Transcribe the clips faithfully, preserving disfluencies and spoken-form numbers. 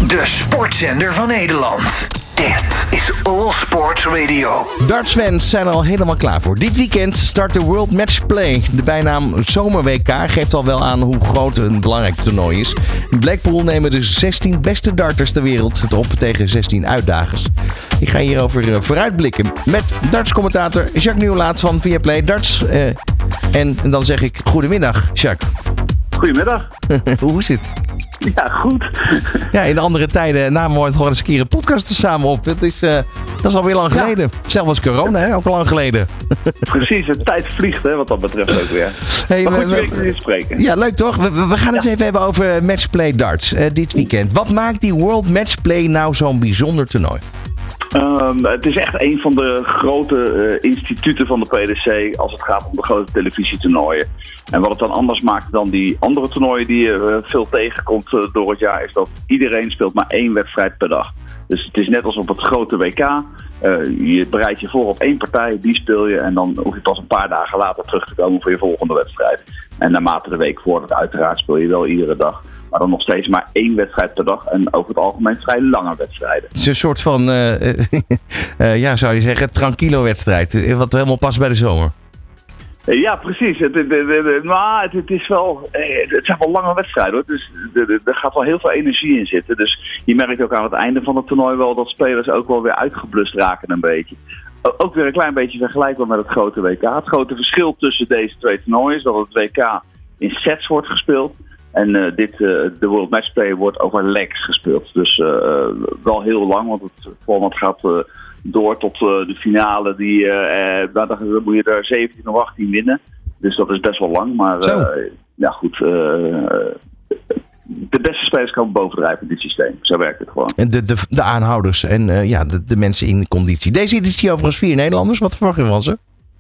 De sportzender van Nederland. Dit is All Sports Radio. Dartsfans zijn er al helemaal klaar voor. Dit weekend start de World Match Play. De bijnaam Zomer-W K geeft al wel aan hoe groot een belangrijk toernooi is. In Blackpool nemen de zestien beste darters ter wereld het op tegen zestien uitdagers. Ik ga hierover vooruitblikken met dartscommentator Jacques Nieuwlaat van Viaplay Darts. Uh, en dan zeg ik goedemiddag, Jacques. Goedemiddag. Hoe is het? Ja, goed. Ja, in andere tijden namen we gewoon eens een keer een podcast er samen op. Dat is, uh, dat is alweer lang geleden. Ja. Zelfs was corona, hè? Ook al lang geleden. Precies, de tijd vliegt, hè, wat dat betreft ook weer. Hey, maar goed, we, we, we spreken. Ja, leuk toch? We, we gaan het ja. eens even hebben over Matchplay Darts uh, dit weekend. Wat maakt die World Matchplay nou zo'n bijzonder toernooi? Um, het is echt een van de grote uh, instituten van de P D C als het gaat om de grote televisietoernooien. En wat het dan anders maakt dan die andere toernooien die je uh, veel tegenkomt uh, door het jaar, is dat iedereen speelt maar één wedstrijd per dag. Dus het is net als op het grote W K. Uh, je bereidt je voor op één partij, die speel je en dan hoef je pas een paar dagen later terug te komen voor je volgende wedstrijd. En naarmate de week voordat, uiteraard speel je wel iedere dag. Maar dan nog steeds maar één wedstrijd per dag en over het algemeen vrij lange wedstrijden. Het is een soort van, uh, uh, ja, zou je zeggen, tranquilo wedstrijd. Wat helemaal past bij de zomer. Ja, precies. Het, het, het, maar het, het is wel, het zijn wel lange wedstrijden hoor. Dus er gaat wel heel veel energie in zitten. Dus je merkt ook aan het einde van het toernooi wel dat spelers ook wel weer uitgeblust raken een beetje. Ook weer een klein beetje vergelijkbaar met het grote W K. Het grote verschil tussen deze twee toernooien is dat het W K in sets wordt gespeeld. En uh, dit, uh, de World Matchplay wordt over legs gespeeld. Dus uh, wel heel lang, want het format gaat uh, door tot uh, de finale. Die, uh, uh, nou, dan moet je er zeventien of achttien winnen. Dus dat is best wel lang. Maar uh, ja, goed. Uh, de beste spelers komen bovendrijven in dit systeem. Zo werkt het gewoon. En de, de, de aanhouders en uh, ja, de, de mensen in conditie. Deze editie overigens vier Nederlanders. Wat verwacht je van ze?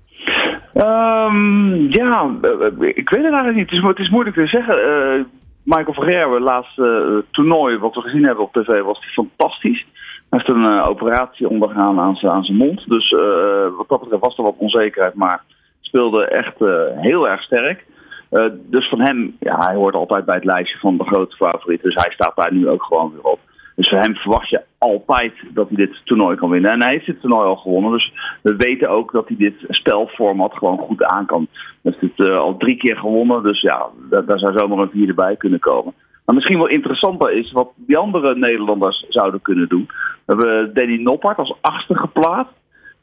Um, ja, ik weet het eigenlijk niet. Het is, het is moeilijk te zeggen. Uh, Michael van Gerwen, het laatste uh, toernooi wat we gezien hebben op tv, was die fantastisch. Hij heeft een uh, operatie ondergaan aan zijn, aan zijn mond. Dus uh, wat dat betreft was er wat onzekerheid, maar speelde echt uh, heel erg sterk. Uh, dus van hem, ja, hij hoort altijd bij het lijstje van de grote favorieten. Dus hij staat daar nu ook gewoon weer op. Dus voor hem verwacht je altijd dat hij dit toernooi kan winnen. En hij heeft dit toernooi al gewonnen. Dus we weten ook dat hij dit spelformat gewoon goed aan kan. Hij heeft het uh, al drie keer gewonnen. Dus ja, daar, daar zou zomaar een vierde bij kunnen komen. Maar misschien wel interessanter is wat die andere Nederlanders zouden kunnen doen. We hebben Danny Noppert als achtste geplaatst.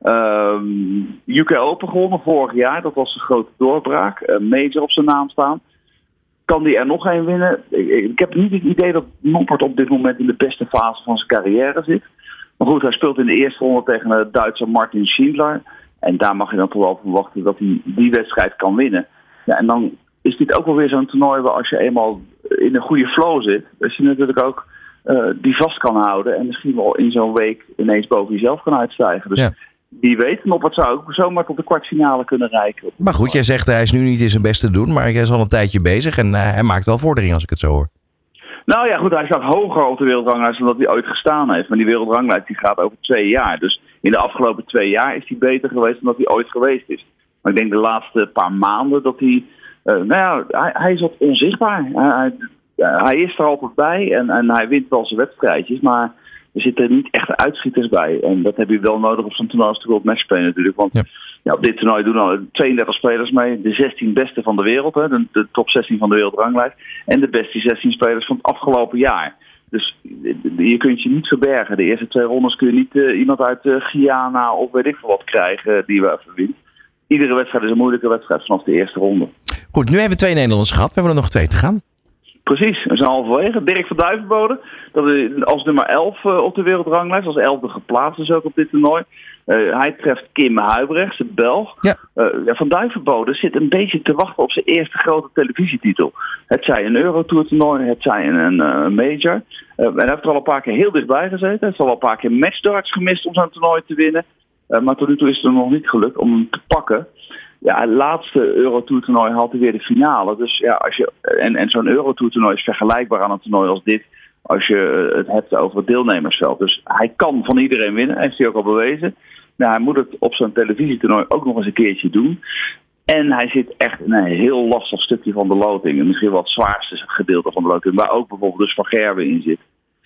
Um, U K Open gewonnen vorig jaar. Dat was een grote doorbraak. Uh, major op zijn naam staan. Kan die er nog een winnen? Ik, ik heb niet het idee dat Noppert op dit moment in de beste fase van zijn carrière zit. Maar goed, hij speelt in de eerste ronde tegen de Duitser Martin Schindler. En daar mag je dan toch wel verwachten dat hij die wedstrijd kan winnen. Ja, en dan is dit ook wel weer zo'n toernooi waar als je eenmaal in een goede flow zit, dat je natuurlijk ook uh, die vast kan houden. En misschien wel in zo'n week ineens boven jezelf kan uitstijgen. Dus ja. Wie weet, Noppert zou ook zomaar tot de kwartfinale kunnen reiken. Maar goed, jij zegt hij is nu niet in zijn beste doen, maar hij is al een tijdje bezig en uh, hij maakt wel vordering als ik het zo hoor. Nou ja, goed, hij staat hoger op de wereldranglijst dan dat hij ooit gestaan heeft. Maar die wereldranglijst die gaat over twee jaar. Dus in de afgelopen twee jaar is hij beter geweest dan dat hij ooit geweest is. Maar ik denk de laatste paar maanden dat hij... Uh, nou ja, hij, hij is wat onzichtbaar. Hij, hij, hij is er altijd bij en, en hij wint wel zijn wedstrijdjes, maar er zitten niet echt uitschieters bij. En dat heb je wel nodig op zo'n toernooi als de World Matchplay natuurlijk. Want ja. Ja, op dit toernooi doen al tweeëndertig spelers mee. De zestien beste van de wereld. Hè, de, de top zestien van de wereldranglijst. En de beste zestien spelers van het afgelopen jaar. Dus je kunt je niet verbergen. De eerste twee rondes kun je niet uh, iemand uit uh, Guyana of weet ik veel wat krijgen uh, die we even wint. Iedere wedstrijd is een moeilijke wedstrijd vanaf de eerste ronde. Goed, nu hebben we twee Nederlanders gehad. We hebben er nog twee te gaan. Precies, we zijn halverwege. Dirk van Duivenbode, dat is als nummer elf uh, op de wereldranglijst, als elfde geplaatst is ook op dit toernooi. Uh, hij treft Kim Huibrechts, de Belg. Ja. Uh, ja, van Duivenbode zit een beetje te wachten op zijn eerste grote televisietitel. Het zij een Eurotour toernooi, het zij een, een, een major. Uh, en hij heeft er al een paar keer heel dichtbij gezeten. Hij heeft al een paar keer matchdarts gemist om zo'n toernooi te winnen. Uh, maar tot nu toe is het er nog niet gelukt om hem te pakken. Ja, het laatste Eurotour toernooi haalt hij weer de finale. Dus ja, als je, en, en zo'n Eurotour toernooi is vergelijkbaar aan een toernooi als dit, als je het hebt over het deelnemersveld. Dus hij kan van iedereen winnen, heeft hij ook al bewezen. Nou, hij moet het op zo'n televisietoernooi ook nog eens een keertje doen. En hij zit echt in een heel lastig stukje van de loting. En misschien wel het zwaarste gedeelte van de loting, waar ook bijvoorbeeld dus Van Gerwen in zit.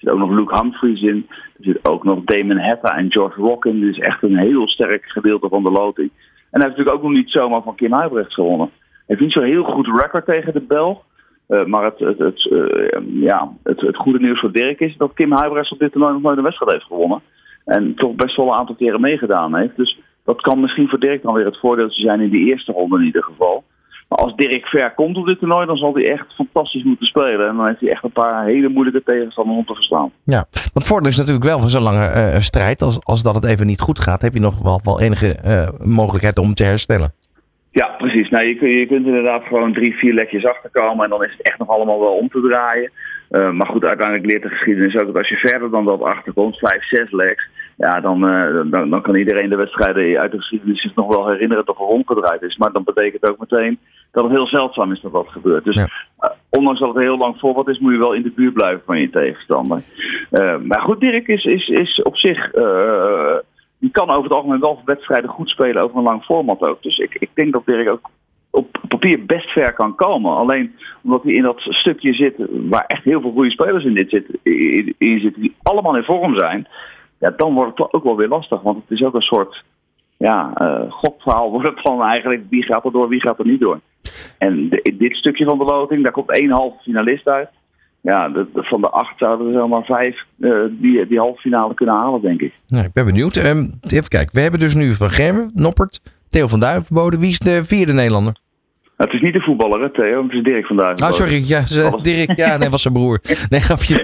zit ook nog Luke Humphries in. Er zit ook nog Damon Hatta en George Rockin. Dit is echt een heel sterk gedeelte van de loting. En hij heeft natuurlijk ook nog niet zomaar van Kim Huybrechts gewonnen. Hij heeft niet zo'n heel goed record tegen de Belg. Uh, maar het, het, het, uh, ja, het, het goede nieuws voor Dirk is dat Kim Huybrechts op dit toernooi nog nooit een wedstrijd heeft gewonnen. En toch best wel een aantal keren meegedaan heeft. Dus dat kan misschien voor Dirk dan weer het voordeeltje zijn in die eerste ronde in ieder geval. Maar als Dirk ver komt op dit toernooi, dan zal hij echt fantastisch moeten spelen. En dan heeft hij echt een paar hele moeilijke tegenstanders om te verslaan. Ja, want voordeel is natuurlijk wel van zo'n lange uh, strijd. Als, als dat het even niet goed gaat, heb je nog wel, wel enige uh, mogelijkheid om te herstellen. Ja, precies. Nou, je, kun, je kunt inderdaad gewoon drie, vier lekjes achterkomen en dan is het echt nog allemaal wel om te draaien. Uh, maar goed, uiteindelijk leert de geschiedenis ook dat als je verder dan dat achterkomt, vijf, zes legs, ja, dan, uh, dan, dan kan iedereen de wedstrijden uit de geschiedenis zich nog wel herinneren dat er rondgedraaid is. Maar dan betekent ook meteen dat het heel zeldzaam is dat dat gebeurt. Dus ja. uh, ondanks dat het heel lang voorwaarts is, moet je wel in de buurt blijven van je tegenstander. Uh, maar goed, Dirk is, is, is op zich... Uh, Die kan over het algemeen wel wedstrijden goed spelen over een lang format ook. Dus ik, ik denk dat Dirk ook op papier best ver kan komen. Alleen omdat hij in dat stukje zit waar echt heel veel goede spelers in dit zit, in, in zitten die allemaal in vorm zijn. Ja, dan wordt het ook wel weer lastig. Want het is ook een soort ja, uh, gokverhaal wordt het dan eigenlijk. Wie gaat er door, wie gaat er niet door. En de, in dit stukje van de loting, daar komt één halve finalist uit. Ja, de, de, van de acht zouden er zomaar vijf uh, die, die halve finale kunnen halen, denk ik. Nou, ik ben benieuwd. Um, even kijken, we hebben dus nu Van Gerwen, Noppert, Theo van Duivenbode. Wie is de vierde Nederlander? Het is niet de voetballer, hè, Theo. Het is Dirk van Duivenbode. Oh, sorry. Ja, Dirk, ja, nee, was zijn broer. Nee, grapje.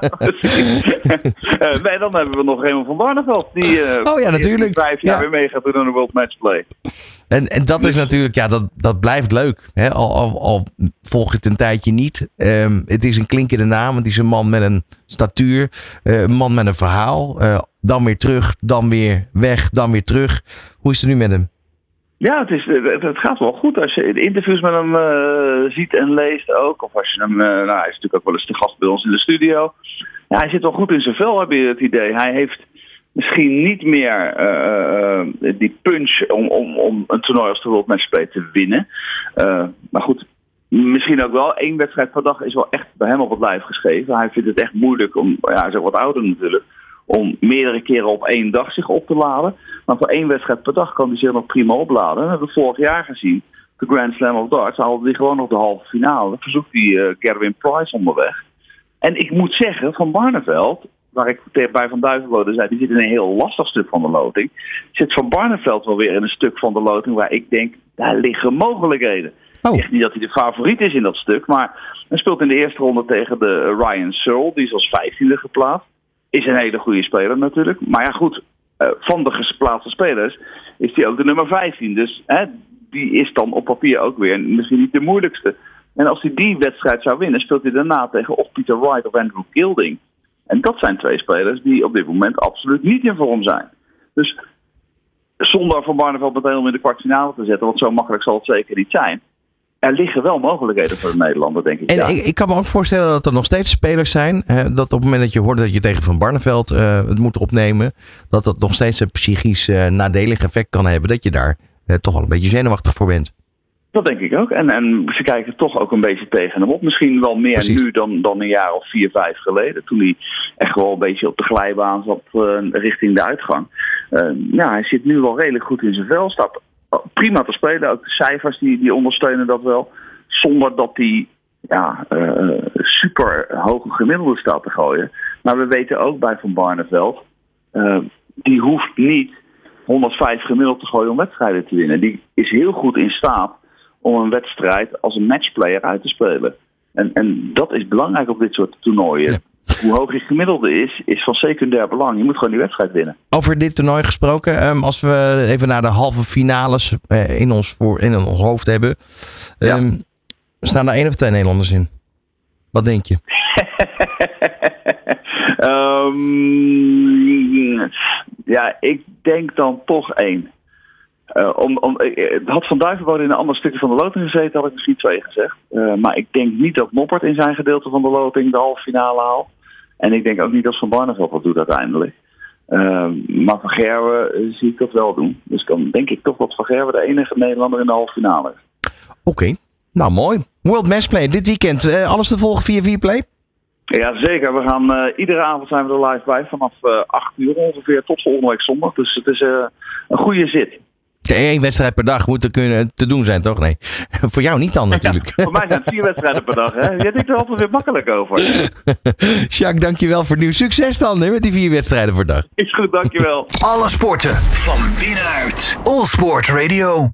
uh, nee, dan hebben we nog Raymond van Barneveld. Die, uh, oh ja, natuurlijk. Die vijf jaar ja. weer mee gaat doen aan de World Matchplay. En, en dat is natuurlijk, ja, dat, dat blijft leuk. Hè? Al, al, al volg je het een tijdje niet. Um, het is een klinkende naam. Het is een man met een statuur. Uh, een man met een verhaal. Uh, dan weer terug, dan weer weg, dan weer terug. Hoe is het nu met hem? Ja, het, is, het, het gaat wel goed. Als je de interviews met hem uh, ziet en leest ook. Of als je hem, uh, nou, hij is natuurlijk ook wel eens te gast bij ons in de studio. Ja, hij zit wel goed in zijn vel, heb je het idee. Hij heeft misschien niet meer uh, uh, die punch om, om, om een toernooi als de World Matchplay te winnen. Uh, maar goed, misschien ook wel. Eén wedstrijd per dag is wel echt bij hem op het lijf geschreven. Hij vindt het echt moeilijk om, ja, hij is ook wat ouder natuurlijk, om meerdere keren op één dag zich op te laden. Maar voor één wedstrijd per dag kan hij zich nog prima opladen. Dat hebben we vorig jaar gezien. De Grand Slam of Darts haalde hij gewoon nog de halve finale. Dan verzoekt hij uh, Gerwin Price onderweg. En ik moet zeggen, Van Barneveld, waar ik tegen bij Van Duivenbode zei, die zit in een heel lastig stuk van de loting. Zit Van Barneveld wel weer in een stuk van de loting waar ik denk, daar liggen mogelijkheden. Oh. Echt niet dat hij de favoriet is in dat stuk, maar hij speelt in de eerste ronde tegen de Ryan Searle, die is als vijftiende geplaatst. Is een hele goede speler natuurlijk. Maar ja goed, uh, van de geplaatste spelers is hij ook de nummer vijftien. Dus hè, die is dan op papier ook weer misschien niet de moeilijkste. En als hij die wedstrijd zou winnen, speelt hij daarna tegen of Peter Wright of Andrew Gilding. En dat zijn twee spelers die op dit moment absoluut niet in vorm zijn. Dus zonder Van Barneveld meteen om in de kwartfinale te zetten, want zo makkelijk zal het zeker niet zijn. Er liggen wel mogelijkheden voor de Nederlander, denk ik. En ja. ik, ik kan me ook voorstellen dat er nog steeds spelers zijn. Hè, dat op het moment dat je hoort dat je tegen Van Barneveld uh, het moet opnemen, dat dat nog steeds een psychisch uh, nadelig effect kan hebben. Dat je daar uh, toch wel een beetje zenuwachtig voor bent. Dat denk ik ook. En, en ze kijken toch ook een beetje tegen hem op. Misschien wel meer Precies. nu dan, dan een jaar of vier, vijf geleden. Toen hij echt wel een beetje op de glijbaan zat uh, richting de uitgang. Uh, ja, hij zit nu wel redelijk goed in zijn vel. Staat prima te spelen. Ook de cijfers die, die ondersteunen dat wel. Zonder dat hij ja, uh, super hoge gemiddelde staat te gooien. Maar we weten ook bij Van Barneveld, uh, die hoeft niet honderdvijf gemiddeld te gooien om wedstrijden te winnen. Die is heel goed in staat om een wedstrijd als een matchplayer uit te spelen. En, en dat is belangrijk op dit soort toernooien. Ja. Hoe hoog je gemiddelde is, is van secundair belang. Je moet gewoon die wedstrijd winnen. Over dit toernooi gesproken, um, als we even naar de halve finales uh, in, ons voor, in ons hoofd hebben. Um, ja. Staan er één of twee Nederlanders in? Wat denk je? um, ja, ik denk dan toch één. Uh, om, om, uh, had Van Duivenbode in een ander stukje van de loting gezeten, had ik misschien twee gezegd. Uh, maar ik denk niet dat Noppert in zijn gedeelte van de loting de halve finale haalt. En ik denk ook niet dat Van Barneveld dat doet uiteindelijk. Uh, maar Van Gerwen uh, zie ik dat wel doen. Dus dan denk ik toch dat Van Gerwen de enige Nederlander in de halve finale is. Oké, okay. Nou mooi. World Matchplay dit weekend. Uh, alles te volgen via Viaplay? Ja, zeker. We gaan, uh, iedere avond zijn we er live bij. Vanaf uh, acht uur ongeveer tot volgende week zondag. Dus het is uh, een goede zit. Eén wedstrijd per dag moet er kunnen te doen zijn, toch? Nee, voor jou niet dan natuurlijk. Ja, voor mij zijn het vier wedstrijden per dag. Hè? Jij denkt er altijd weer makkelijk over. Jacques, dankjewel voor nieuw succes dan hè, met die vier wedstrijden per dag. Is goed, dankjewel. Alle sporten van binnenuit. All Sport Radio.